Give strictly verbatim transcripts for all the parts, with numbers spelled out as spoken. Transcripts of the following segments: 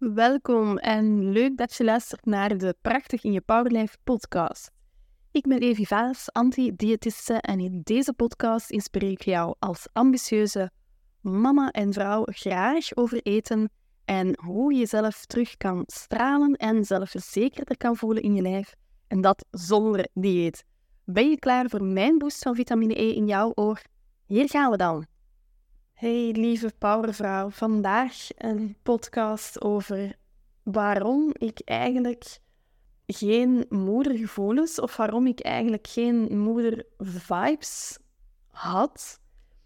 Welkom en leuk dat je luistert naar de Prachtig in je Powerlife podcast. Ik ben Evi Vaas, anti-diëtiste en in deze podcast inspireer ik jou als ambitieuze mama en vrouw graag over eten en hoe je jezelf terug kan stralen en zelfverzekerder kan voelen in je lijf en dat zonder dieet. Ben je klaar voor mijn boost van vitamine E in jouw oor? Hier gaan we dan. Hey lieve powervrouw, vandaag een podcast over waarom ik eigenlijk geen moedergevoelens of waarom ik eigenlijk geen moedervibes had.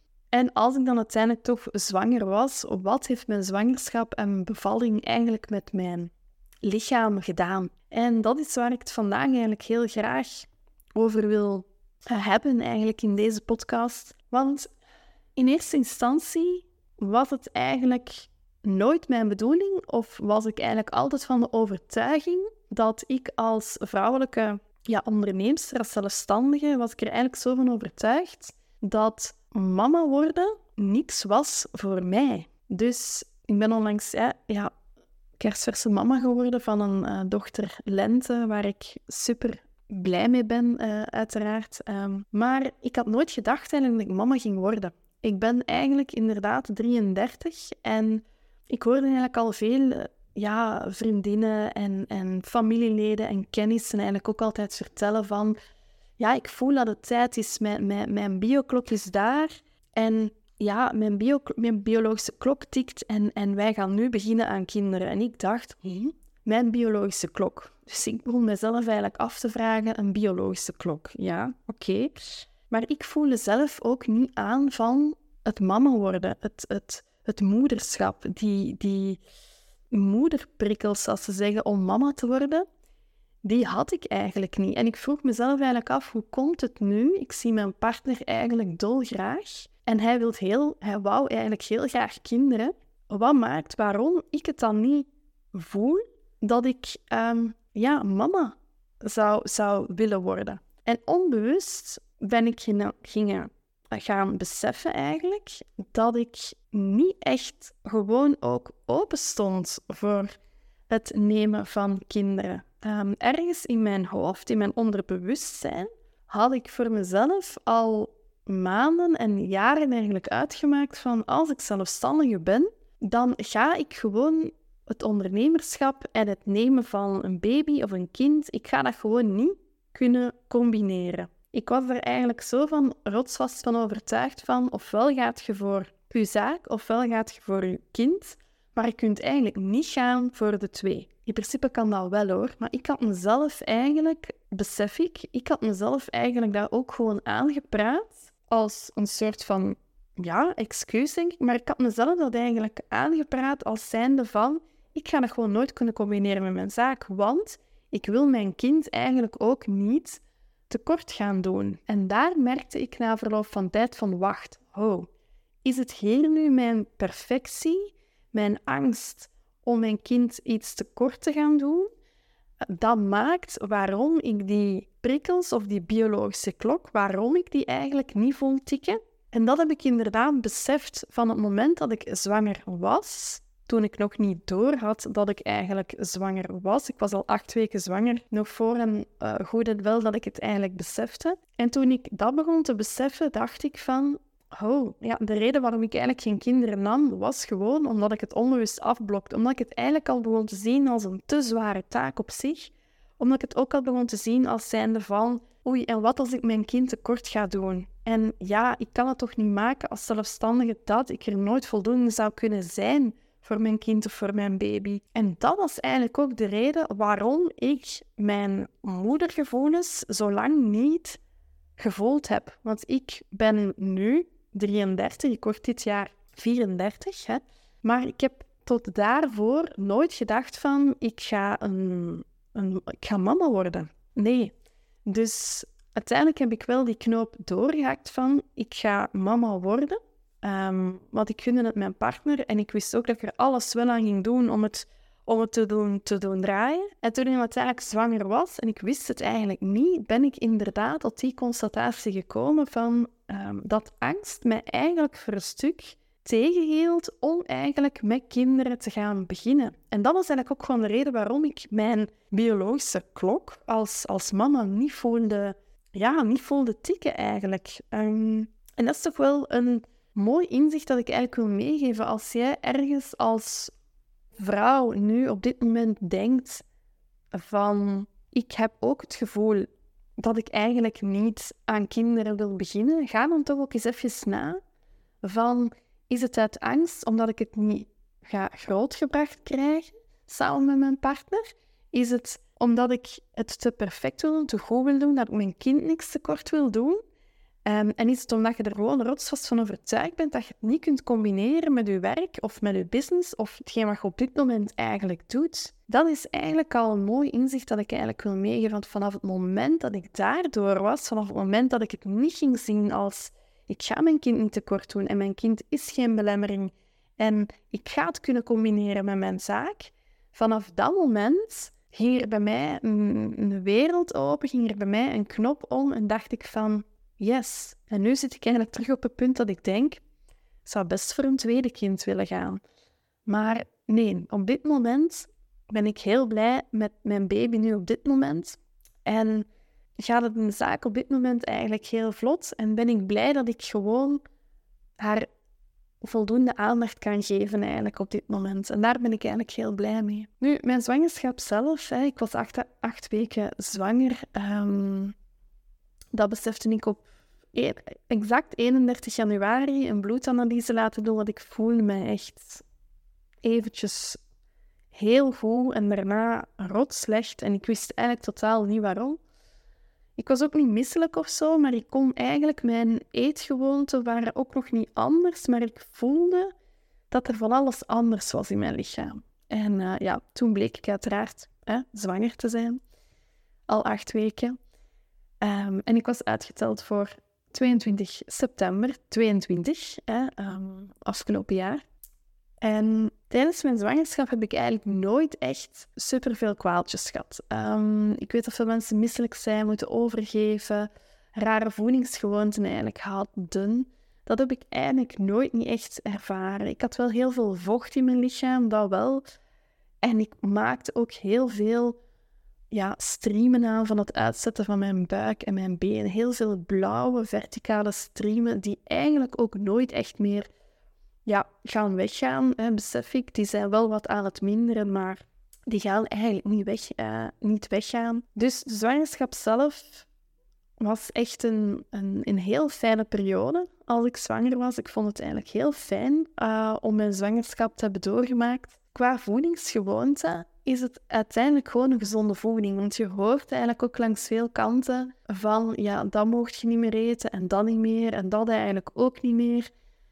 En als ik dan uiteindelijk toch zwanger was, wat heeft mijn zwangerschap en bevalling eigenlijk met mijn lichaam gedaan? En dat is waar ik het vandaag eigenlijk heel graag over wil hebben eigenlijk in deze podcast. Want in eerste instantie was het eigenlijk nooit mijn bedoeling of was ik eigenlijk altijd van de overtuiging dat ik als vrouwelijke ja, onderneemster, als zelfstandige, was ik er eigenlijk zo van overtuigd dat mama worden niks was voor mij. Dus ik ben onlangs ja, ja, kerstverse mama geworden van een uh, dochter Lente, waar ik super blij mee ben, uh, uiteraard. Um, maar ik had nooit gedacht eigenlijk dat ik mama ging worden. Ik ben eigenlijk inderdaad drieëndertig en ik hoorde eigenlijk al veel ja, vriendinnen en, en familieleden en kennissen eigenlijk ook altijd vertellen van ja, ik voel dat het tijd is, mijn, mijn, mijn bioklok is daar en ja, mijn, bio, mijn biologische klok tikt en, en wij gaan nu beginnen aan kinderen. En ik dacht, hm, mijn biologische klok. Dus ik begon mezelf eigenlijk af te vragen, een biologische klok. Ja, oké. Okay. Maar ik voelde zelf ook niet aan van het mama worden, het, het, het moederschap, die, die moederprikkels, zoals ze zeggen, om mama te worden, die had ik eigenlijk niet. En ik vroeg mezelf eigenlijk af, hoe komt het nu? Ik zie mijn partner eigenlijk dolgraag en hij, wil heel, hij wou eigenlijk heel graag kinderen. Wat maakt waarom ik het dan niet voel dat ik um, ja, mama zou, zou willen worden? En onbewust ben ik gingen gaan beseffen eigenlijk dat ik niet echt gewoon ook open stond voor het nemen van kinderen. Um, ergens in mijn hoofd, in mijn onderbewustzijn, had ik voor mezelf al maanden en jaren eigenlijk uitgemaakt van als ik zelfstandige ben, dan ga ik gewoon het ondernemerschap en het nemen van een baby of een kind, ik ga dat gewoon niet kunnen combineren. Ik was er eigenlijk zo van rotsvast van overtuigd van ofwel gaat je voor je zaak ofwel gaat je voor je kind, maar je kunt eigenlijk niet gaan voor de twee. In principe kan dat wel hoor, maar ik had mezelf eigenlijk, besef ik, ik had mezelf eigenlijk daar ook gewoon aangepraat als een soort van, ja, excuus denk ik, maar ik had mezelf dat eigenlijk aangepraat als zijnde van, ik ga dat gewoon nooit kunnen combineren met mijn zaak, want ik wil mijn kind eigenlijk ook niet tekort gaan doen. En daar merkte ik na verloop van tijd van, wacht, oh, is het hier nu mijn perfectie, mijn angst om mijn kind iets tekort te gaan doen? Dat maakt waarom ik die prikkels of die biologische klok, waarom ik die eigenlijk niet voel tikken. En dat heb ik inderdaad beseft van het moment dat ik zwanger was, toen ik nog niet door had dat ik eigenlijk zwanger was. Ik was al acht weken zwanger, nog voor en uh, goed en wel dat ik het eigenlijk besefte. En toen ik dat begon te beseffen, dacht ik van, oh, ja, de reden waarom ik eigenlijk geen kinderen nam, was gewoon omdat ik het onbewust afblokte. Omdat ik het eigenlijk al begon te zien als een te zware taak op zich. Omdat ik het ook al begon te zien als zijnde van, oei, en wat als ik mijn kind tekort ga doen? En ja, ik kan het toch niet maken als zelfstandige dat ik er nooit voldoende zou kunnen zijn voor mijn kind of voor mijn baby. En dat was eigenlijk ook de reden waarom ik mijn moedergevoelens zo lang niet gevoeld heb. Want ik ben nu drieëndertig, ik word dit jaar vierendertig, hè. Maar ik heb tot daarvoor nooit gedacht van, ik ga, een, een, ik ga mama worden. Nee. Dus uiteindelijk heb ik wel die knoop doorgehakt van, ik ga mama worden. Um, want ik gunde het mijn partner en ik wist ook dat ik er alles wel aan ging doen om het, om het te, doen, te doen draaien. En toen ik uiteindelijk zwanger was en ik wist het eigenlijk niet, ben ik inderdaad tot die constatatie gekomen van um, dat angst mij eigenlijk voor een stuk tegenhield om eigenlijk met kinderen te gaan beginnen. En dat was eigenlijk ook gewoon de reden waarom ik mijn biologische klok als, als mama niet voelde, ja, niet voelde tikken eigenlijk. Um, en dat is toch wel een mooi inzicht dat ik eigenlijk wil meegeven. Als jij ergens als vrouw nu op dit moment denkt van, ik heb ook het gevoel dat ik eigenlijk niet aan kinderen wil beginnen, ga dan toch ook eens even na van, is het uit angst omdat ik het niet ga grootgebracht krijgen samen met mijn partner? Is het omdat ik het te perfect wil doen, te goed wil doen, dat ik mijn kind niks tekort wil doen? Um, en is het omdat je er gewoon rotsvast van overtuigd bent dat je het niet kunt combineren met je werk of met je business of hetgeen wat je op dit moment eigenlijk doet? Dat is eigenlijk al een mooi inzicht dat ik eigenlijk wil meegeven. Want vanaf het moment dat ik daardoor was, vanaf het moment dat ik het niet ging zien als ik ga mijn kind niet tekort doen en mijn kind is geen belemmering en ik ga het kunnen combineren met mijn zaak, vanaf dat moment ging er bij mij een, een wereld open, ging er bij mij een knop om en dacht ik van, yes. En nu zit ik eigenlijk terug op het punt dat ik denk, ik zou best voor een tweede kind willen gaan. Maar nee, op dit moment ben ik heel blij met mijn baby nu op dit moment. En gaat het in de zaak op dit moment eigenlijk heel vlot. En ben ik blij dat ik gewoon haar voldoende aandacht kan geven eigenlijk op dit moment. En daar ben ik eigenlijk heel blij mee. Nu, mijn zwangerschap zelf, hè, ik was acht, acht weken zwanger. Um, dat besefte ik op e- exact eenendertig januari een bloedanalyse laten doen, want ik voelde me echt eventjes heel goed en daarna rot slecht. En ik wist eigenlijk totaal niet waarom. Ik was ook niet misselijk of zo, maar ik kon eigenlijk... Mijn eetgewoonten waren ook nog niet anders, maar ik voelde dat er van alles anders was in mijn lichaam. En uh, ja, toen bleek ik uiteraard hè, zwanger te zijn. Al acht weken. Um, en ik was uitgeteld voor tweeëntwintig september tweeëntwintig, hè, um, afgelopen jaar. En tijdens mijn zwangerschap heb ik eigenlijk nooit echt superveel kwaaltjes gehad. Um, ik weet dat veel mensen misselijk zijn, moeten overgeven, rare voedingsgewoonten eigenlijk hadden. Dat heb ik eigenlijk nooit niet echt ervaren. Ik had wel heel veel vocht in mijn lichaam, dat wel. En ik maakte ook heel veel ja, streamen aan van het uitzetten van mijn buik en mijn benen. Heel veel blauwe, verticale streamen die eigenlijk ook nooit echt meer ja, gaan weggaan, hè, besef ik. Die zijn wel wat aan het minderen, maar die gaan eigenlijk niet, weg, uh, niet weggaan. Dus de zwangerschap zelf was echt een, een, een heel fijne periode als ik zwanger was. Ik vond het eigenlijk heel fijn uh, om mijn zwangerschap te hebben doorgemaakt. Qua voedingsgewoonte is het uiteindelijk gewoon een gezonde voeding. Want je hoort eigenlijk ook langs veel kanten van, ja, dat mocht je niet meer eten en dat niet meer en dat eigenlijk ook niet meer.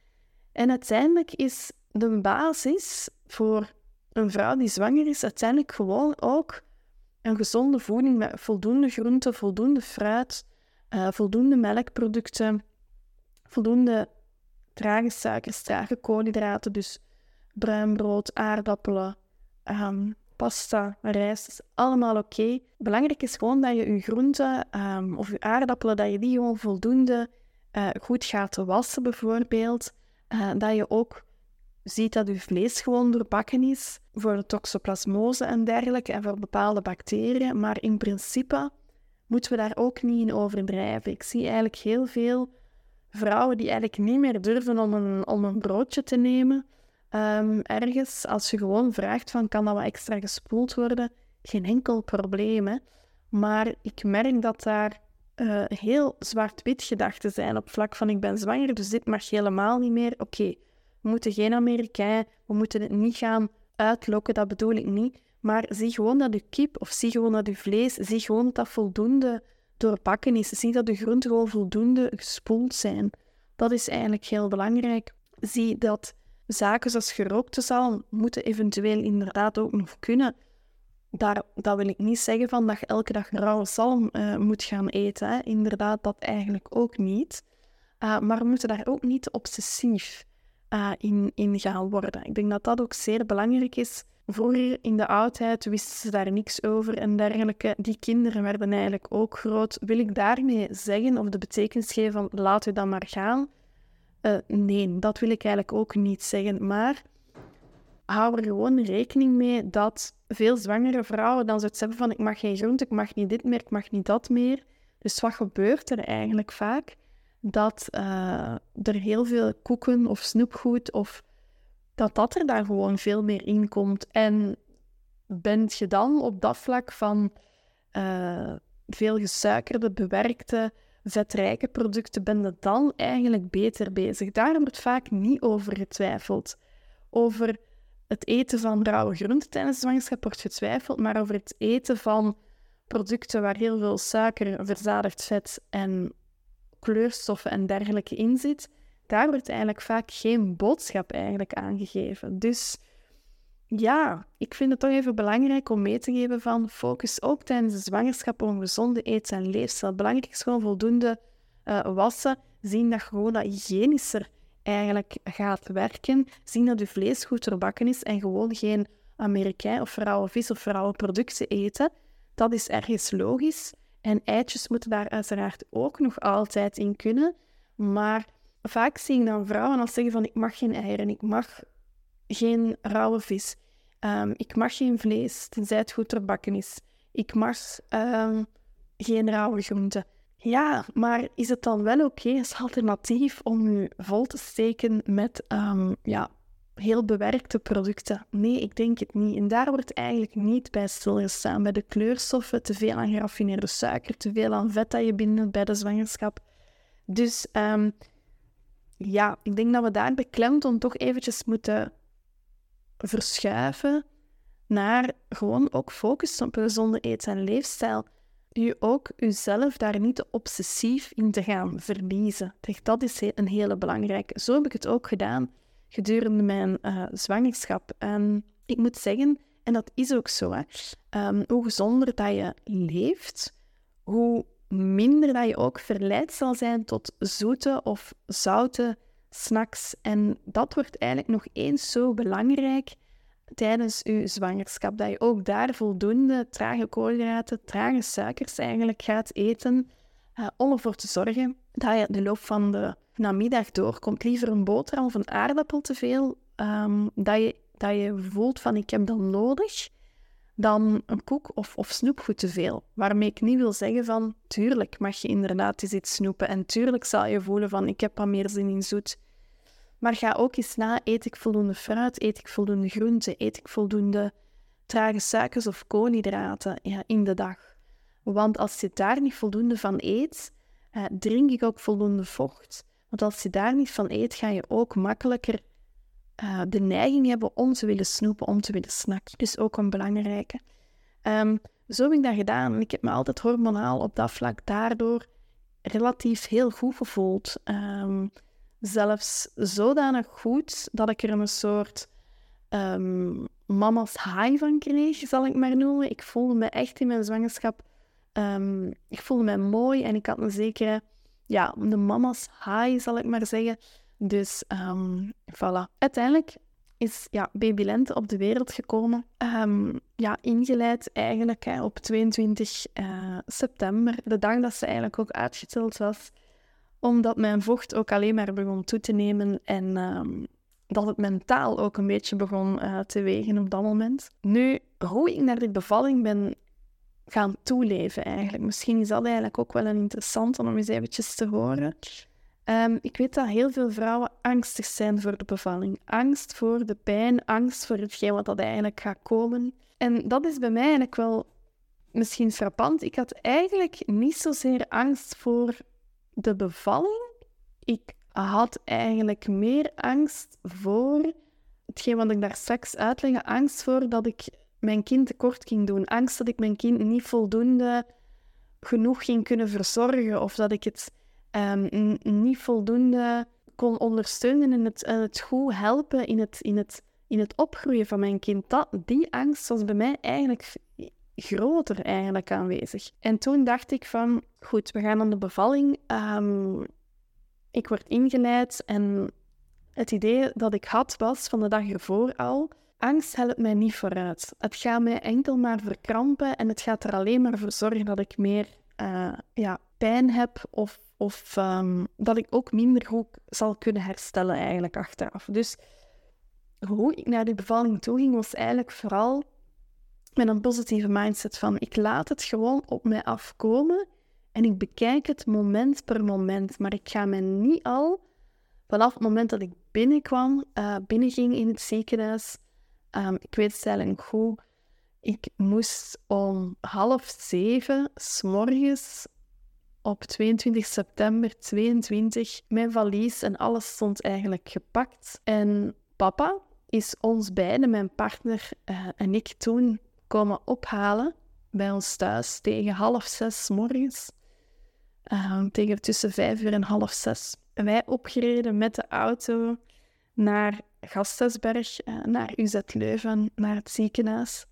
En uiteindelijk is de basis voor een vrouw die zwanger is uiteindelijk gewoon ook een gezonde voeding met voldoende groenten, voldoende fruit, uh, voldoende melkproducten, voldoende trage suikers, trage koolhydraten, dus bruin brood, aardappelen, um, pasta, rijst, is allemaal oké. Okay. Belangrijk is gewoon dat je je groenten um, of je aardappelen, dat je die gewoon voldoende uh, goed gaat wassen bijvoorbeeld. Uh, dat je ook ziet dat je vlees gewoon doorbakken is voor de toxoplasmose en dergelijke en voor bepaalde bacteriën. Maar in principe moeten we daar ook niet in overdrijven. Ik zie eigenlijk heel veel vrouwen die eigenlijk niet meer durven om een, om een broodje te nemen. Um, ergens, als je gewoon vraagt van kan dat wat extra gespoeld worden, geen enkel probleem. Hè? Maar ik merk dat daar uh, heel zwart-wit gedachten zijn op vlak van ik ben zwanger, dus dit mag helemaal niet meer. Oké, okay, we moeten geen Amerikaan, we moeten het niet gaan uitlokken, dat bedoel ik niet. Maar zie gewoon dat je kip of zie gewoon dat je vlees, zie gewoon dat dat voldoende doorbakken is. Zie dat de groenten gewoon voldoende gespoeld zijn. Dat is eigenlijk heel belangrijk. Zie dat zaken zoals gerookte zalm moeten eventueel inderdaad ook nog kunnen. Daar, dat wil ik niet zeggen van dat je elke dag rauwe zalm uh, moet gaan eten. Hè. Inderdaad, dat eigenlijk ook niet. Uh, maar we moeten daar ook niet obsessief uh, in, in gaan worden. Ik denk dat dat ook zeer belangrijk is. Vroeger in de oudheid wisten ze daar niks over en dergelijke. Die kinderen werden eigenlijk ook groot. Wil ik daarmee zeggen of de betekenis geven van laat u dat maar gaan? Uh, nee, dat wil ik eigenlijk ook niet zeggen. Maar hou er gewoon rekening mee dat veel zwangere vrouwen dan zoiets hebben van ik mag geen groente, ik mag niet dit meer, ik mag niet dat meer. Dus wat gebeurt er eigenlijk vaak? Dat uh, er heel veel koeken of snoepgoed of dat dat er daar gewoon veel meer in komt. En bent je dan op dat vlak van uh, veel gesuikerde, bewerkte, vetrijke producten, ben je dan eigenlijk beter bezig? Daar wordt vaak niet over getwijfeld. Over het eten van rauwe groenten tijdens de zwangerschap wordt getwijfeld, maar over het eten van producten waar heel veel suiker, verzadigd vet en kleurstoffen en dergelijke in zit, daar wordt eigenlijk vaak geen boodschap eigenlijk aangegeven. Dus ja, ik vind het toch even belangrijk om mee te geven van focus ook tijdens de zwangerschap op een gezonde eet- en leefstijl. Belangrijk is gewoon voldoende uh, wassen, zien dat gewoon dat hygiënischer eigenlijk gaat werken, zien dat je vlees goed doorbakken is en gewoon geen Amerikaan of rauwe vis of rauwe producten eten. Dat is ergens logisch. En eitjes moeten daar uiteraard ook nog altijd in kunnen. Maar vaak zie ik dan vrouwen al zeggen van ik mag geen eieren, ik mag geen rauwe vis, um, ik mag geen vlees, tenzij het goed doorbakken is. Ik mag um, geen rauwe groenten. Ja, maar is het dan wel oké okay als alternatief om je vol te steken met um, ja, heel bewerkte producten? Nee, ik denk het niet. En daar wordt eigenlijk niet bij stilgestaan. Bij de kleurstoffen, te veel aan geraffineerde suiker, te veel aan vet dat je bindt bij de zwangerschap. Dus um, ja, ik denk dat we daar beklemtoon toch eventjes moeten verschuiven naar gewoon ook focussen op een gezonde eet- en leefstijl. Je ook jezelf daar niet te obsessief in te gaan verliezen. Dat is een hele belangrijke. Zo heb ik het ook gedaan gedurende mijn uh, zwangerschap. En ik moet zeggen, en dat is ook zo, hè, um, hoe gezonder dat je leeft, hoe minder dat je ook verleid zal zijn tot zoete of zoute snacks. En dat wordt eigenlijk nog eens zo belangrijk tijdens je zwangerschap, dat je ook daar voldoende trage koolhydraten, trage suikers eigenlijk gaat eten, uh, om ervoor te zorgen dat je de loop van de namiddag doorkomt. Liever een boterham of een aardappel te veel, um, dat, je, dat je voelt van ik heb dat nodig, dan een koek of, of snoepgoed te veel. Waarmee ik niet wil zeggen van, tuurlijk mag je inderdaad eens iets snoepen en tuurlijk zal je voelen van ik heb wat meer zin in zoet. Maar ga ook eens na, eet ik voldoende fruit, eet ik voldoende groente, eet ik voldoende trage suikers of koolhydraten ja, in de dag. Want als je daar niet voldoende van eet, eh, drink ik ook voldoende vocht. Want als je daar niet van eet, ga je ook makkelijker uh, de neiging hebben om te willen snoepen, om te willen snacken. Dus ook een belangrijke. Um, zo heb ik dat gedaan. En ik heb me altijd hormonaal op dat vlak daardoor relatief heel goed gevoeld. Um, Zelfs zodanig goed dat ik er een soort um, mama's high van kreeg, zal ik maar noemen. Ik voelde me echt in mijn zwangerschap, um, ik voelde me mooi en ik had een zekere, ja, de mama's high, zal ik maar zeggen. Dus, um, voilà. Uiteindelijk is ja, baby Lente op de wereld gekomen. Um, ja, ingeleid eigenlijk hè, op tweeëntwintig september, de dag dat ze eigenlijk ook uitgeteld was. Omdat mijn vocht ook alleen maar begon toe te nemen en um, dat het mentaal ook een beetje begon uh, te wegen op dat moment. Nu, hoe ik naar die bevalling ben gaan toeleven eigenlijk. Misschien is dat eigenlijk ook wel een interessante om eens eventjes te horen. Um, ik weet dat heel veel vrouwen angstig zijn voor de bevalling. Angst voor de pijn, angst voor hetgeen wat dat eigenlijk gaat komen. En dat is bij mij eigenlijk wel misschien frappant. Ik had eigenlijk niet zozeer angst voor de bevalling. Ik had eigenlijk meer angst voor hetgeen wat ik daar straks uitleg. Angst voor dat ik mijn kind tekort ging doen. Angst dat ik mijn kind niet voldoende genoeg ging kunnen verzorgen. Of dat ik het um, niet voldoende kon ondersteunen en het, en het goed helpen in het, in, het, in het opgroeien van mijn kind. Dat, die angst was bij mij eigenlijk groter eigenlijk aanwezig. En toen dacht ik van, goed, we gaan aan de bevalling. Um, ik word ingeleid en het idee dat ik had was van de dag ervoor al, angst helpt mij niet vooruit. Het gaat mij enkel maar verkrampen en het gaat er alleen maar voor zorgen dat ik meer uh, ja, pijn heb of, of um, dat ik ook minder goed zal kunnen herstellen eigenlijk achteraf. Dus hoe ik naar die bevalling toe ging, was eigenlijk vooral met een positieve mindset van ik laat het gewoon op mij afkomen en ik bekijk het moment per moment. Maar ik ga me niet al, vanaf het moment dat ik binnenkwam, uh, binnenging in het ziekenhuis, um, ik weet het eigenlijk nog goed, ik moest om half zeven 's morgens op tweeëntwintig september tweeëntwintig, mijn valies en alles stond eigenlijk gepakt. En papa is ons beiden, mijn partner uh, en ik, toen komen ophalen bij ons thuis tegen half zes 's morgens. Uh, tegen tussen vijf uur en half zes. En wij opgereden met de auto naar Gasthuisberg, uh, naar U Z Leuven, naar het ziekenhuis.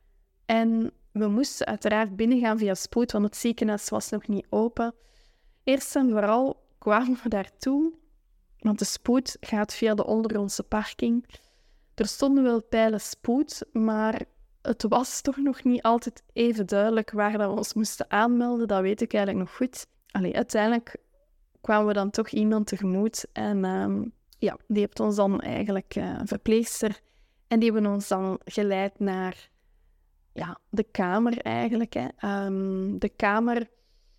En we moesten uiteraard binnengaan via spoed, want het ziekenhuis was nog niet open. Eerst en vooral kwamen we daartoe, want de spoed gaat via de ondergrondse parking. Er stonden wel pijlen spoed, maar het was toch nog niet altijd even duidelijk waar dat we ons moesten aanmelden. Dat weet ik eigenlijk nog goed. Allee, uiteindelijk kwamen we dan toch iemand tegemoet. En um, ja, die heeft ons dan eigenlijk uh, een verpleegster. En die hebben ons dan geleid naar ja, de kamer eigenlijk. Hè. Um, de kamer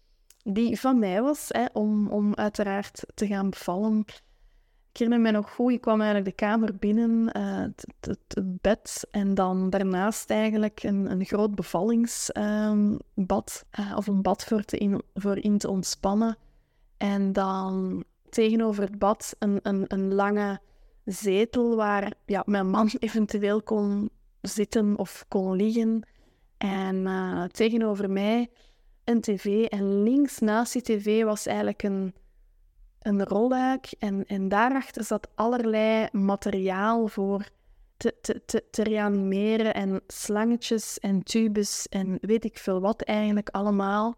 die van mij was, hè, om, om uiteraard te gaan bevallen. Ik herinner me nog goed, ik kwam eigenlijk de kamer binnen, uh, het, het, het bed en dan daarnaast eigenlijk een, een groot bevallingsbad, uh, uh, of een bad voor, te in, voor in te ontspannen. En dan tegenover het bad een, een, een lange zetel waar ja, mijn man eventueel kon zitten of kon liggen. En uh, tegenover mij een tv en links naast die tv was eigenlijk een een rolluik en, en daarachter zat allerlei materiaal voor te, te, te, te reanimeren en slangetjes en tubes en weet ik veel wat eigenlijk allemaal.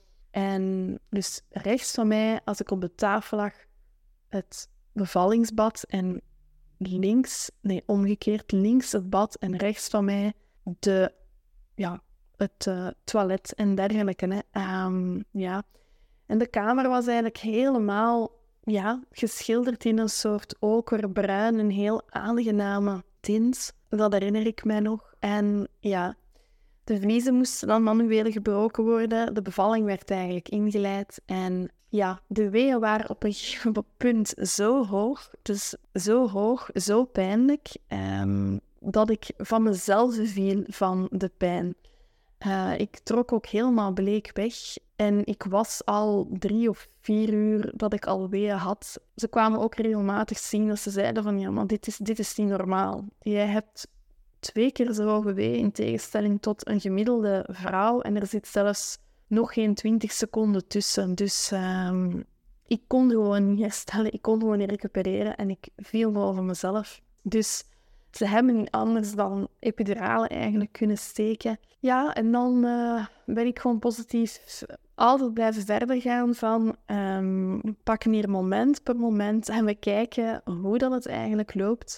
En dus rechts van mij, als ik op de tafel lag, het bevallingsbad en links, nee omgekeerd, links het bad en rechts van mij de, ja, het uh, toilet en dergelijke. Hè. Um, ja. En de kamer was eigenlijk helemaal ja, geschilderd in een soort okerbruin, een heel aangename tint. Dat herinner ik mij nog. En ja, de vliezen moesten dan manueel gebroken worden. De bevalling werd eigenlijk ingeleid. En ja, de weeën waren op een gegeven punt zo hoog, dus zo hoog, zo pijnlijk, um, dat ik van mezelf viel van de pijn. Uh, ik trok ook helemaal bleek weg. En ik was al drie of vier uur dat ik al weeën had. Ze kwamen ook regelmatig zien dat ze zeiden van ja, maar dit is, dit is niet normaal. Jij hebt twee keer zo hoge weeën in tegenstelling tot een gemiddelde vrouw. En er zit zelfs nog geen twintig seconden tussen. Dus um, ik kon gewoon niet herstellen. Ik kon gewoon niet recupereren. En ik viel boven mezelf. Dus ze hebben niet anders dan epiduralen eigenlijk kunnen steken. Ja, en dan uh, ben ik gewoon positief altijd blijven verder gaan van um, we pakken hier moment per moment en we kijken hoe dat het eigenlijk loopt.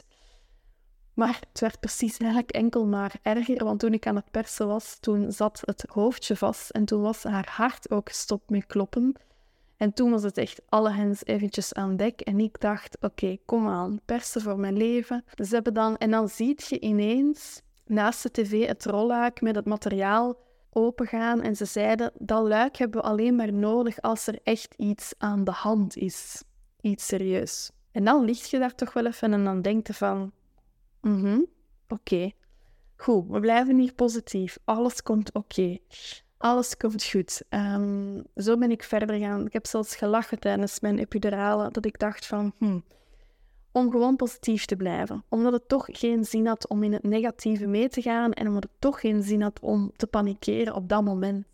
Maar het werd precies eigenlijk enkel maar erger, want toen ik aan het persen was, toen zat het hoofdje vast en toen was haar hart ook gestopt met kloppen. En toen was het echt alle hens eventjes aan dek. En ik dacht, oké, okay, kom aan, persen voor mijn leven. Dus hebben dan, en dan zie je ineens naast de tv het rolluik met het materiaal opengaan. En ze zeiden, dat luik hebben we alleen maar nodig als er echt iets aan de hand is. Iets serieus. En dan lig je daar toch wel even en dan denk je van, mm-hmm, oké, okay. Goed, we blijven hier positief. Alles komt oké. Okay. Alles komt goed. Um, zo ben ik verder gegaan. Ik heb zelfs gelachen tijdens mijn epiduralen, dat ik dacht van, hmm, om gewoon positief te blijven. Omdat het toch geen zin had om in het negatieve mee te gaan en omdat het toch geen zin had om te panikeren op dat moment.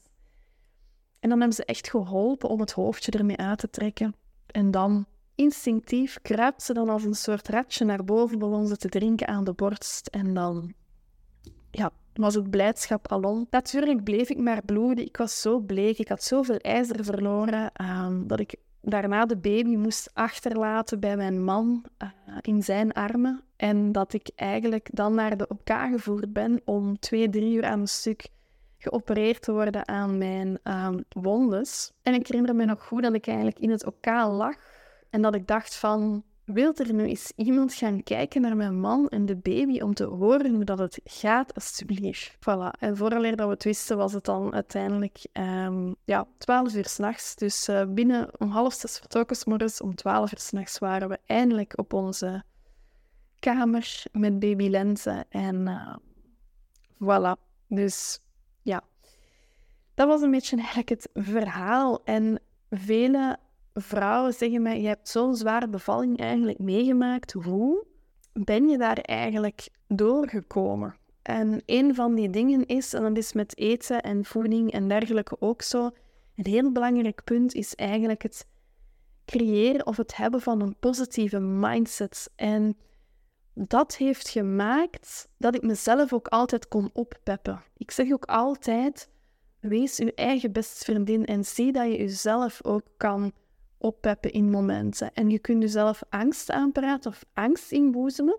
En dan hebben ze echt geholpen om het hoofdje ermee uit te trekken. En dan, instinctief, kruipt ze dan als een soort ratje naar boven, begon ze te drinken aan de borst. En dan, ja, was het blijdschap alom. Natuurlijk bleef ik maar bloeden. Ik was zo bleek. Ik had zoveel ijzer verloren um, dat ik daarna de baby moest achterlaten bij mijn man uh, in zijn armen. En dat ik eigenlijk dan naar de O K gevoerd ben om twee, drie uur aan een stuk geopereerd te worden aan mijn um, wondes. En ik herinner me nog goed dat ik eigenlijk in het lokaal lag en dat ik dacht van, wil er nu eens iemand gaan kijken naar mijn man en de baby om te horen hoe dat het gaat, alsjeblieft. Voilà. En vooraleer dat we het wisten, was het dan uiteindelijk um, ja, twaalf uur 's nachts. Dus uh, binnen om half zes vertrokken 's morgens, om twaalf uur 's nachts waren we eindelijk op onze kamer met baby Lente. En uh, voilà. Dus ja, dat was een beetje eigenlijk het verhaal. En vele vrouwen zeggen mij, je hebt zo'n zware bevalling eigenlijk meegemaakt. Hoe ben je daar eigenlijk doorgekomen? En een van die dingen is, en dat is met eten en voeding en dergelijke ook zo, een heel belangrijk punt is eigenlijk het creëren of het hebben van een positieve mindset. En dat heeft gemaakt dat ik mezelf ook altijd kon oppeppen. Ik zeg ook altijd, wees je eigen beste vriendin en zie dat je jezelf ook kan oppeppen in momenten. En je kunt jezelf angst aanpraten of angst inboezemen.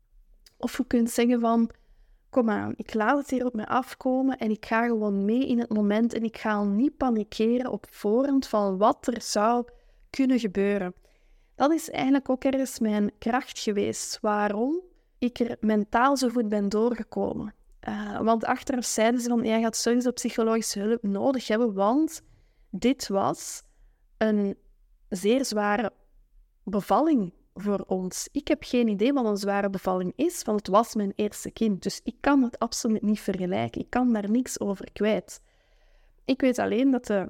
Of je kunt zeggen van, kom aan, ik laat het hier op mij afkomen en ik ga gewoon mee in het moment en ik ga al niet panikeren op voorhand van wat er zou kunnen gebeuren. Dat is eigenlijk ook ergens mijn kracht geweest, waarom ik er mentaal zo goed ben doorgekomen. Uh, want achteraf zeiden ze van, jij gaat sowieso psychologische hulp nodig hebben, want dit was een zeer zware bevalling voor ons. Ik heb geen idee wat een zware bevalling is, want het was mijn eerste kind. Dus ik kan het absoluut niet vergelijken. Ik kan daar niks over kwijt. Ik weet alleen dat de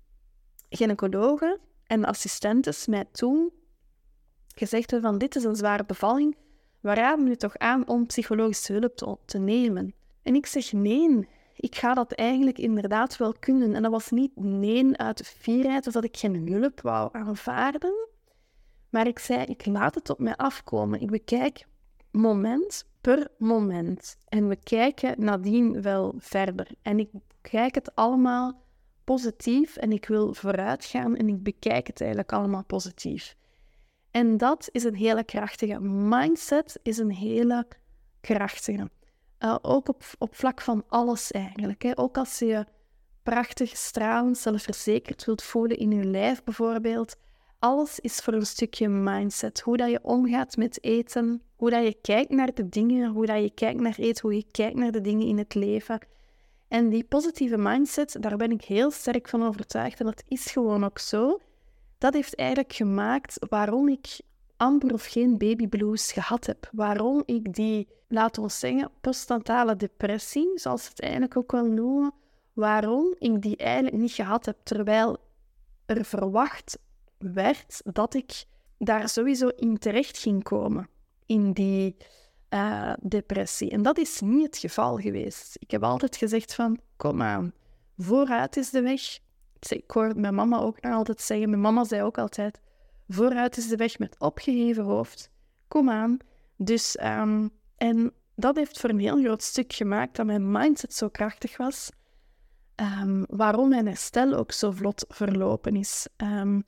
gynaecologen en de assistentes mij toen gezegd hebben van, dit is een zware bevalling, we raden u toch aan om psychologische hulp te, te nemen. En ik zeg nee, ik ga dat eigenlijk inderdaad wel kunnen. En dat was niet nee uit de fierheid of dat ik geen hulp wou aanvaarden. Maar ik zei, ik laat het op mij afkomen. Ik bekijk moment per moment. En we kijken nadien wel verder. En ik kijk het allemaal positief en ik wil vooruit gaan en ik bekijk het eigenlijk allemaal positief. En dat is een hele krachtige. Mindset is een hele krachtige. Uh, ook op, op vlak van alles eigenlijk. Hè. Ook als je prachtig, stralend, zelfverzekerd wilt voelen in je lijf bijvoorbeeld. Alles is voor een stukje mindset. Hoe dat je omgaat met eten, hoe dat je kijkt naar de dingen, hoe dat je kijkt naar eten, hoe je kijkt naar de dingen in het leven. En die positieve mindset, daar ben ik heel sterk van overtuigd. En dat is gewoon ook zo. Dat heeft eigenlijk gemaakt waarom ik amper of geen babyblues gehad heb. Waarom ik die, laten we zeggen, postnatale depressie, zoals ze het eigenlijk ook wel noemen, waarom ik die eigenlijk niet gehad heb, terwijl er verwacht werd dat ik daar sowieso in terecht ging komen, in die uh, depressie. En dat is niet het geval geweest. Ik heb altijd gezegd van, kom aan, vooruit is de weg. Ik hoor mijn mama ook nog altijd zeggen, mijn mama zei ook altijd, vooruit is de weg met opgeheven hoofd. Kom aan. Dus, um, en dat heeft voor een heel groot stuk gemaakt dat mijn mindset zo krachtig was. Um, waarom mijn herstel ook zo vlot verlopen is. Um,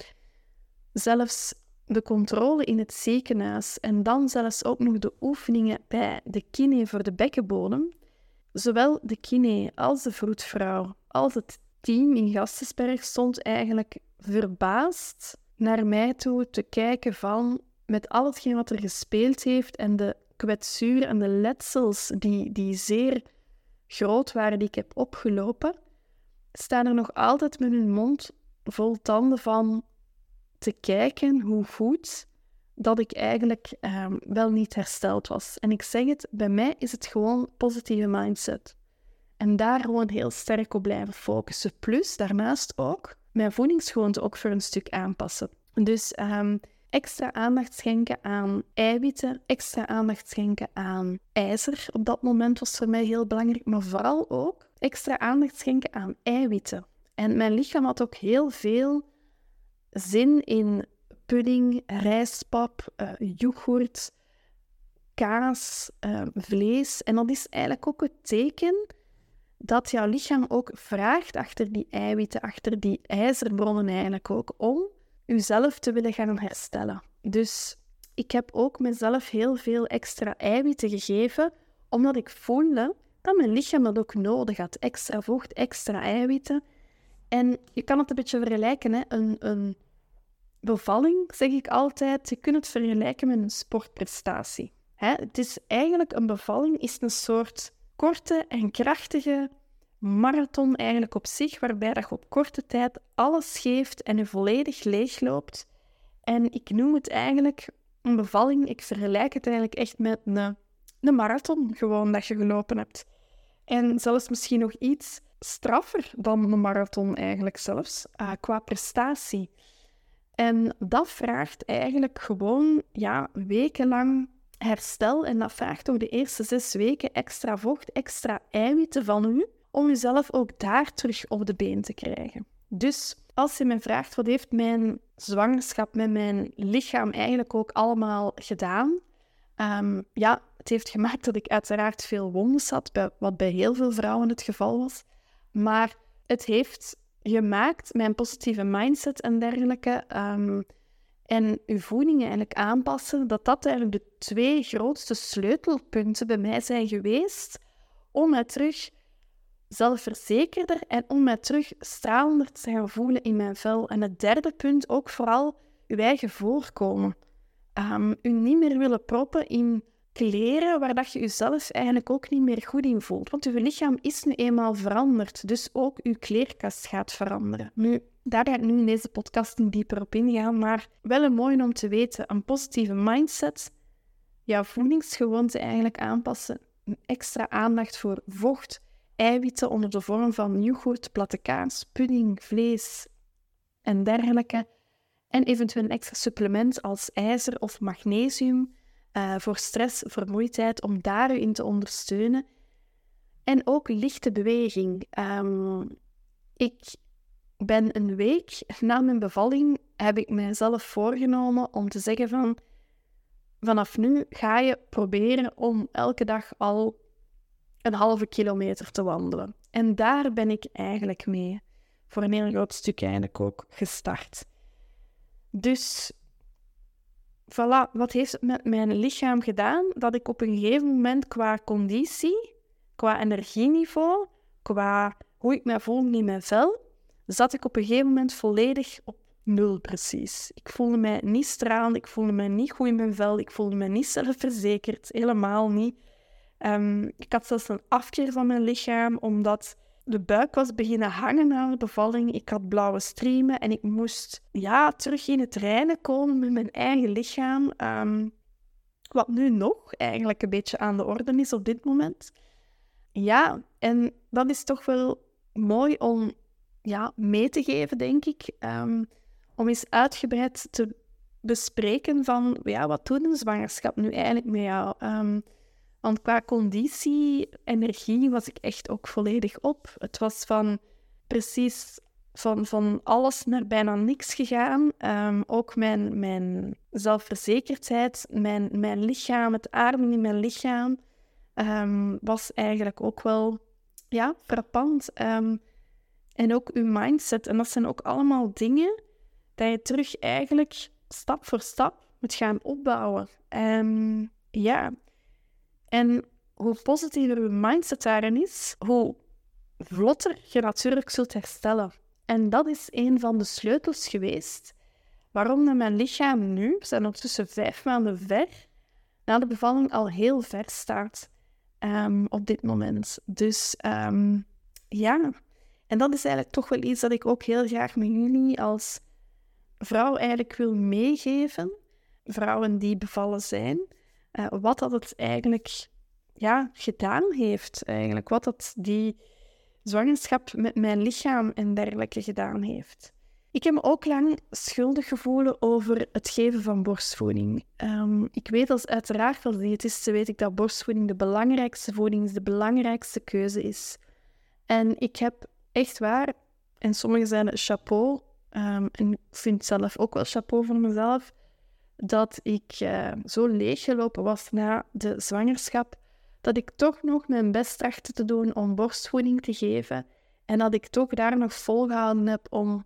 zelfs de controle in het ziekenhuis en dan zelfs ook nog de oefeningen bij de kine voor de bekkenbodem. Zowel de kine als de vroedvrouw als het team in Gastensberg stond eigenlijk verbaasd naar mij toe te kijken van, met al hetgeen wat er gespeeld heeft en de kwetsuren en de letsels die, die zeer groot waren die ik heb opgelopen, staan er nog altijd met hun mond vol tanden van te kijken hoe goed dat ik eigenlijk eh, wel niet hersteld was. En ik zeg het, bij mij is het gewoon positieve mindset. En daar gewoon heel sterk op blijven focussen. Plus, daarnaast ook, mijn voedingsgewoonte ook voor een stuk aanpassen. Dus um, extra aandacht schenken aan eiwitten, extra aandacht schenken aan ijzer. Op dat moment was voor mij heel belangrijk, maar vooral ook extra aandacht schenken aan eiwitten. En mijn lichaam had ook heel veel zin in pudding, rijstpap, uh, yoghurt, kaas, uh, vlees. En dat is eigenlijk ook het teken dat jouw lichaam ook vraagt achter die eiwitten, achter die ijzerbronnen eigenlijk ook, om jezelf te willen gaan herstellen. Dus ik heb ook mezelf heel veel extra eiwitten gegeven, omdat ik voelde dat mijn lichaam dat ook nodig had. Extra vocht, extra eiwitten. En je kan het een beetje vergelijken, hè. Een, een bevalling, zeg ik altijd, je kunt het vergelijken met een sportprestatie. Hè? Het is eigenlijk, een bevalling is een soort korte en krachtige marathon eigenlijk op zich, waarbij dat je op korte tijd alles geeft en je volledig leegloopt. En ik noem het eigenlijk een bevalling, ik vergelijk het eigenlijk echt met een, een marathon gewoon dat je gelopen hebt. En zelfs misschien nog iets straffer dan een marathon eigenlijk zelfs, uh, qua prestatie. En dat vraagt eigenlijk gewoon ja, wekenlang herstel. En dat vraagt ook de eerste zes weken extra vocht, extra eiwitten van u, om jezelf ook daar terug op de been te krijgen. Dus als je me vraagt, wat heeft mijn zwangerschap met mijn lichaam eigenlijk ook allemaal gedaan? Um, ja, het heeft gemaakt dat ik uiteraard veel wondes had, bij, wat bij heel veel vrouwen het geval was. Maar het heeft gemaakt, mijn positieve mindset en dergelijke, um, en uw voeding eigenlijk aanpassen, dat dat eigenlijk de twee grootste sleutelpunten bij mij zijn geweest om mij terug zelfverzekerder en om mij terug stralender te gaan voelen in mijn vel. En het derde punt, ook vooral uw eigen voorkomen. Um, u niet meer willen proppen in kleren waar dat je jezelf eigenlijk ook niet meer goed in voelt. Want uw lichaam is nu eenmaal veranderd, dus ook uw kleerkast gaat veranderen. Nu, daar ga ik nu in deze podcast niet dieper op ingaan, maar wel een mooi om te weten. Een positieve mindset, jouw voedingsgewoonten eigenlijk aanpassen, extra aandacht voor vocht, eiwitten onder de vorm van yoghurt, platte kaas, pudding, vlees en dergelijke. En eventueel een extra supplement als ijzer of magnesium uh, voor stress, vermoeidheid, om daarin te ondersteunen. En ook lichte beweging. Um, ik ben een week na mijn bevalling, heb ik mijzelf voorgenomen om te zeggen van, vanaf nu ga je proberen om elke dag al een halve kilometer te wandelen. En daar ben ik eigenlijk mee, voor een heel groot stuk eigenlijk ook, gestart. Dus, voilà, wat heeft het met mijn lichaam gedaan? Dat ik op een gegeven moment qua conditie, qua energieniveau, qua hoe ik mij voelde in mijn vel, zat ik op een gegeven moment volledig op nul precies. Ik voelde mij niet stralend, ik voelde mij niet goed in mijn vel, ik voelde mij niet zelfverzekerd, helemaal niet. Um, ik had zelfs een afkeer van mijn lichaam, omdat de buik was beginnen hangen na de bevalling. Ik had blauwe striemen en ik moest ja, terug in het reinen komen met mijn eigen lichaam. Um, wat nu nog eigenlijk een beetje aan de orde is op dit moment. Ja, en dat is toch wel mooi om ja, mee te geven, denk ik. Um, om eens uitgebreid te bespreken van, ja, wat doet een zwangerschap nu eigenlijk met jou? Um, Want qua conditie, energie, was ik echt ook volledig op. Het was van precies van, van alles naar bijna niks gegaan. Um, ook mijn, mijn zelfverzekerdheid, mijn, mijn lichaam, het ademen in mijn lichaam, um, was eigenlijk ook wel ja, frappant. Um, en ook uw mindset. En dat zijn ook allemaal dingen dat je terug eigenlijk stap voor stap moet gaan opbouwen. Um, ja... En hoe positiever je mindset daarin is, hoe vlotter je natuurlijk zult herstellen. En dat is een van de sleutels geweest waarom dat mijn lichaam nu, we zijn ondertussen vijf maanden ver, na de bevalling al heel ver staat um, op dit moment. Dus um, ja, en dat is eigenlijk toch wel iets dat ik ook heel graag met jullie als vrouw eigenlijk wil meegeven. Vrouwen die bevallen zijn. Uh, wat dat het eigenlijk ja, gedaan heeft, eigenlijk. Wat dat die zwangerschap met mijn lichaam en dergelijke gedaan heeft. Ik heb me ook lang schuldig gevoeld over het geven van borstvoeding. Um, ik weet als uiteraard als diëtiste weet ik dat borstvoeding de belangrijkste voeding is, de belangrijkste keuze is. En ik heb echt waar, en sommigen zeiden chapeau, um, en ik vind zelf ook wel chapeau voor mezelf, dat ik uh, zo leeggelopen was na de zwangerschap, dat ik toch nog mijn best trachtte te doen om borstvoeding te geven. En dat ik toch daar nog volgehouden heb om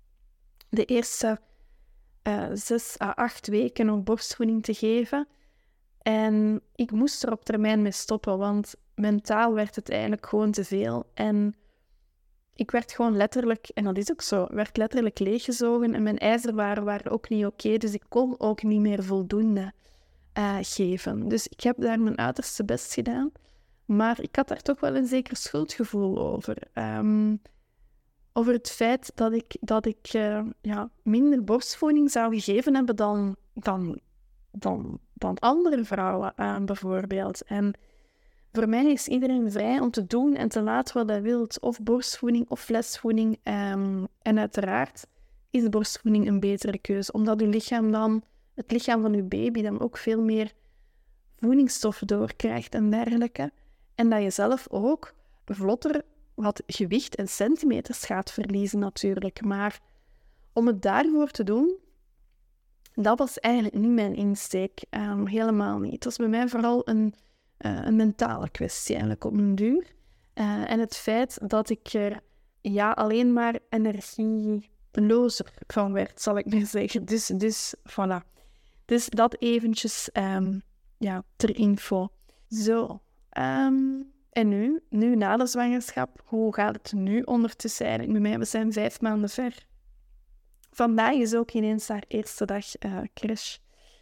de eerste uh, zes à acht weken nog borstvoeding te geven. En ik moest er op termijn mee stoppen, want mentaal werd het eigenlijk gewoon te veel. En ik werd gewoon letterlijk, en dat is ook zo, werd letterlijk leeggezogen en mijn ijzerwaren waren ook niet oké, dus ik kon ook niet meer voldoende uh, geven. Dus ik heb daar mijn uiterste best gedaan, maar ik had daar toch wel een zeker schuldgevoel over. Um, over het feit dat ik, dat ik uh, ja, minder borstvoeding zou gegeven hebben dan, dan, dan, dan andere vrouwen uh, bijvoorbeeld. En voor mij is iedereen vrij om te doen en te laten wat hij wil, of borstvoeding of flesvoeding. Um, en uiteraard is borstvoeding een betere keuze, omdat uw lichaam dan, het lichaam van uw baby dan ook veel meer voedingsstoffen doorkrijgt en dergelijke. En dat je zelf ook vlotter wat gewicht en centimeters gaat verliezen natuurlijk. Maar om het daarvoor te doen, dat was eigenlijk niet mijn insteek. Um, helemaal niet. Het was bij mij vooral een, uh, een mentale kwestie eigenlijk op een duur. Uh, en het feit dat ik er ja, alleen maar energielozer van werd, zal ik maar zeggen. Dus, dus voilà. Dus dat eventjes um, ja, ter info. Zo. Um, en nu, nu na de zwangerschap, hoe gaat het nu ondertussen eigenlijk met mij? We zijn vijf maanden ver. Vandaag is ook ineens haar eerste dag uh, crash.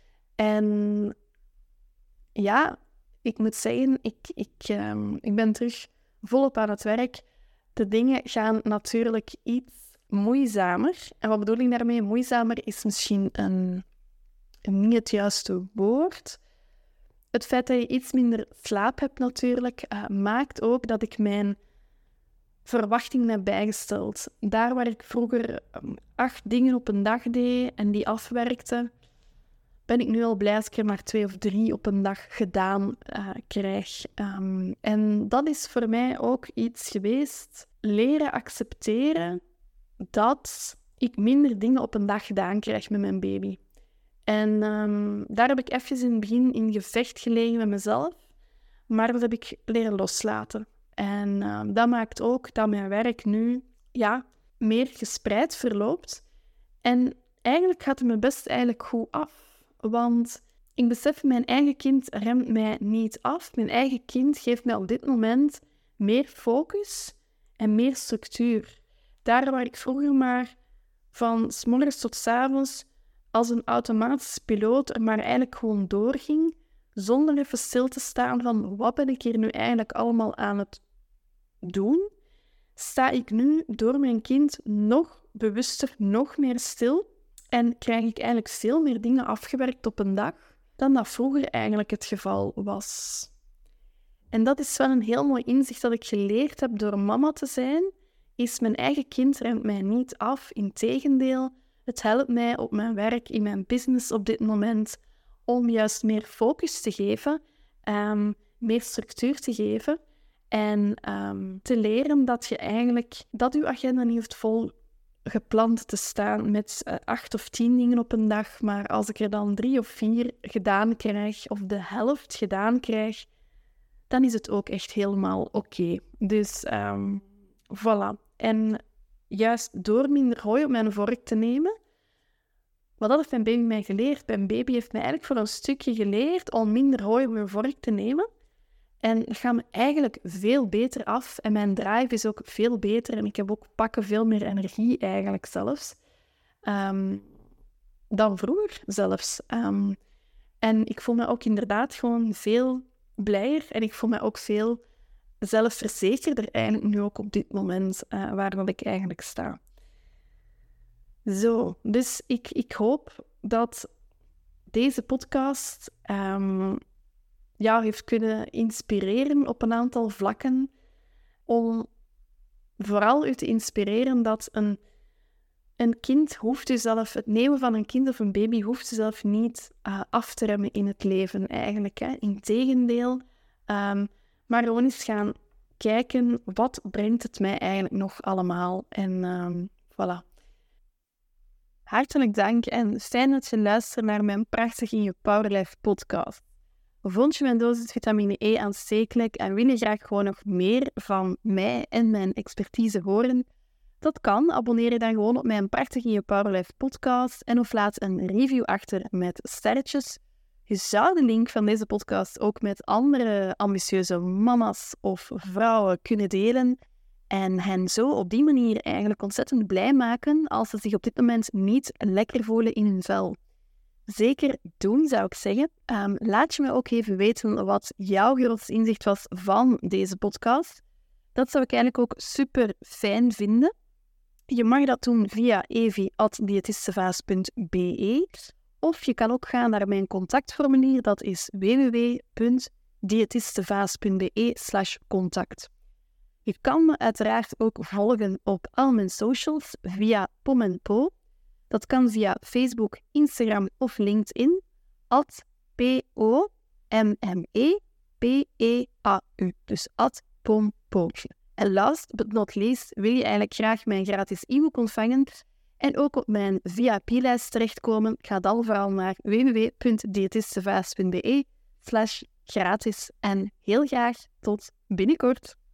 En ja, ik moet zeggen, ik, ik, um, ik ben terug volop aan het werk. De dingen gaan natuurlijk iets moeizamer. En wat bedoel ik daarmee? Moeizamer is misschien een, een niet het juiste woord. Het feit dat je iets minder slaap hebt natuurlijk, uh, maakt ook dat ik mijn verwachtingen heb bijgesteld. Daar waar ik vroeger um, acht dingen op een dag deed en die afwerkte, ben ik nu al blij als ik er maar twee of drie op een dag gedaan uh, krijg. Um, en dat is voor mij ook iets geweest. Leren accepteren dat ik minder dingen op een dag gedaan krijg met mijn baby. En um, daar heb ik even in het begin in gevecht gelegen met mezelf. Maar dat heb ik leren loslaten. En um, dat maakt ook dat mijn werk nu ja, meer gespreid verloopt. En eigenlijk gaat het me best eigenlijk goed af. Want ik besef, mijn eigen kind remt mij niet af. Mijn eigen kind geeft mij op dit moment meer focus en meer structuur. Daar waar ik vroeger maar van 's morgens tot 's avonds als een automatische piloot er maar eigenlijk gewoon doorging, zonder even stil te staan van wat ben ik hier nu eigenlijk allemaal aan het doen, sta ik nu door mijn kind nog bewuster, nog meer stil en krijg ik eigenlijk veel meer dingen afgewerkt op een dag dan dat vroeger eigenlijk het geval was. En dat is wel een heel mooi inzicht dat ik geleerd heb door mama te zijn, is mijn eigen kind remt mij niet af. Integendeel, het helpt mij op mijn werk, in mijn business op dit moment, om juist meer focus te geven, um, meer structuur te geven en um, te leren dat je eigenlijk, dat je agenda niet hoeft vol gepland te staan met uh, acht of tien dingen op een dag, maar als ik er dan drie of vier gedaan krijg, of de helft gedaan krijg, dan is het ook echt helemaal oké. Okay. Dus um, voilà. En juist door minder hooi op mijn vork te nemen, wat heeft mijn baby mij geleerd? Mijn baby heeft mij eigenlijk voor een stukje geleerd om minder hooi op mijn vork te nemen. En dat gaat me eigenlijk veel beter af. En mijn drive is ook veel beter. En ik heb ook pakken veel meer energie eigenlijk zelfs. Um, dan vroeger zelfs. Um, en ik voel me ook inderdaad gewoon veel blijer. En ik voel me ook veel zelfverzekerder eigenlijk nu ook op dit moment uh, waar dat ik eigenlijk sta. Zo, dus ik, ik hoop dat deze podcast um, jou heeft kunnen inspireren op een aantal vlakken. Om vooral u te inspireren dat een, een kind hoeft u zelf, het nemen van een kind of een baby hoeft u zelf niet uh, af te remmen in het leven eigenlijk. Hè. Integendeel, um, maar gewoon eens gaan kijken, wat brengt het mij eigenlijk nog allemaal? En um, voilà. Hartelijk dank en fijn dat je luistert naar mijn Prachtig in je Powerlife podcast. Vond je mijn dosis vitamine E aanstekelijk en wil je graag gewoon nog meer van mij en mijn expertise horen? Dat kan. Abonneer je dan gewoon op mijn Prachtig in je Powerlife podcast en of laat een review achter met sterretjes. Je zou de link van deze podcast ook met andere ambitieuze mama's of vrouwen kunnen delen en hen zo op die manier eigenlijk ontzettend blij maken als ze zich op dit moment niet lekker voelen in hun vel. Zeker doen, zou ik zeggen. Um, laat je me ook even weten wat jouw grootste inzicht was van deze podcast. Dat zou ik eigenlijk ook super fijn vinden. Je mag dat doen via evi at diëtistevaas punt b e of je kan ook gaan naar mijn contactformulier, dat is w w w punt diëtistevaas punt b e slash contact. Je kan me uiteraard ook volgen op al mijn socials via Pom en Po. Dat kan via Facebook, Instagram of LinkedIn, at P O M M E P E A U, dus at pompo. En last but not least wil je eigenlijk graag mijn gratis e-book ontvangen en ook op mijn V I P-lijst terechtkomen. Ga dan vooral naar w w w punt diëtistevaas punt b e slash gratis en heel graag tot binnenkort.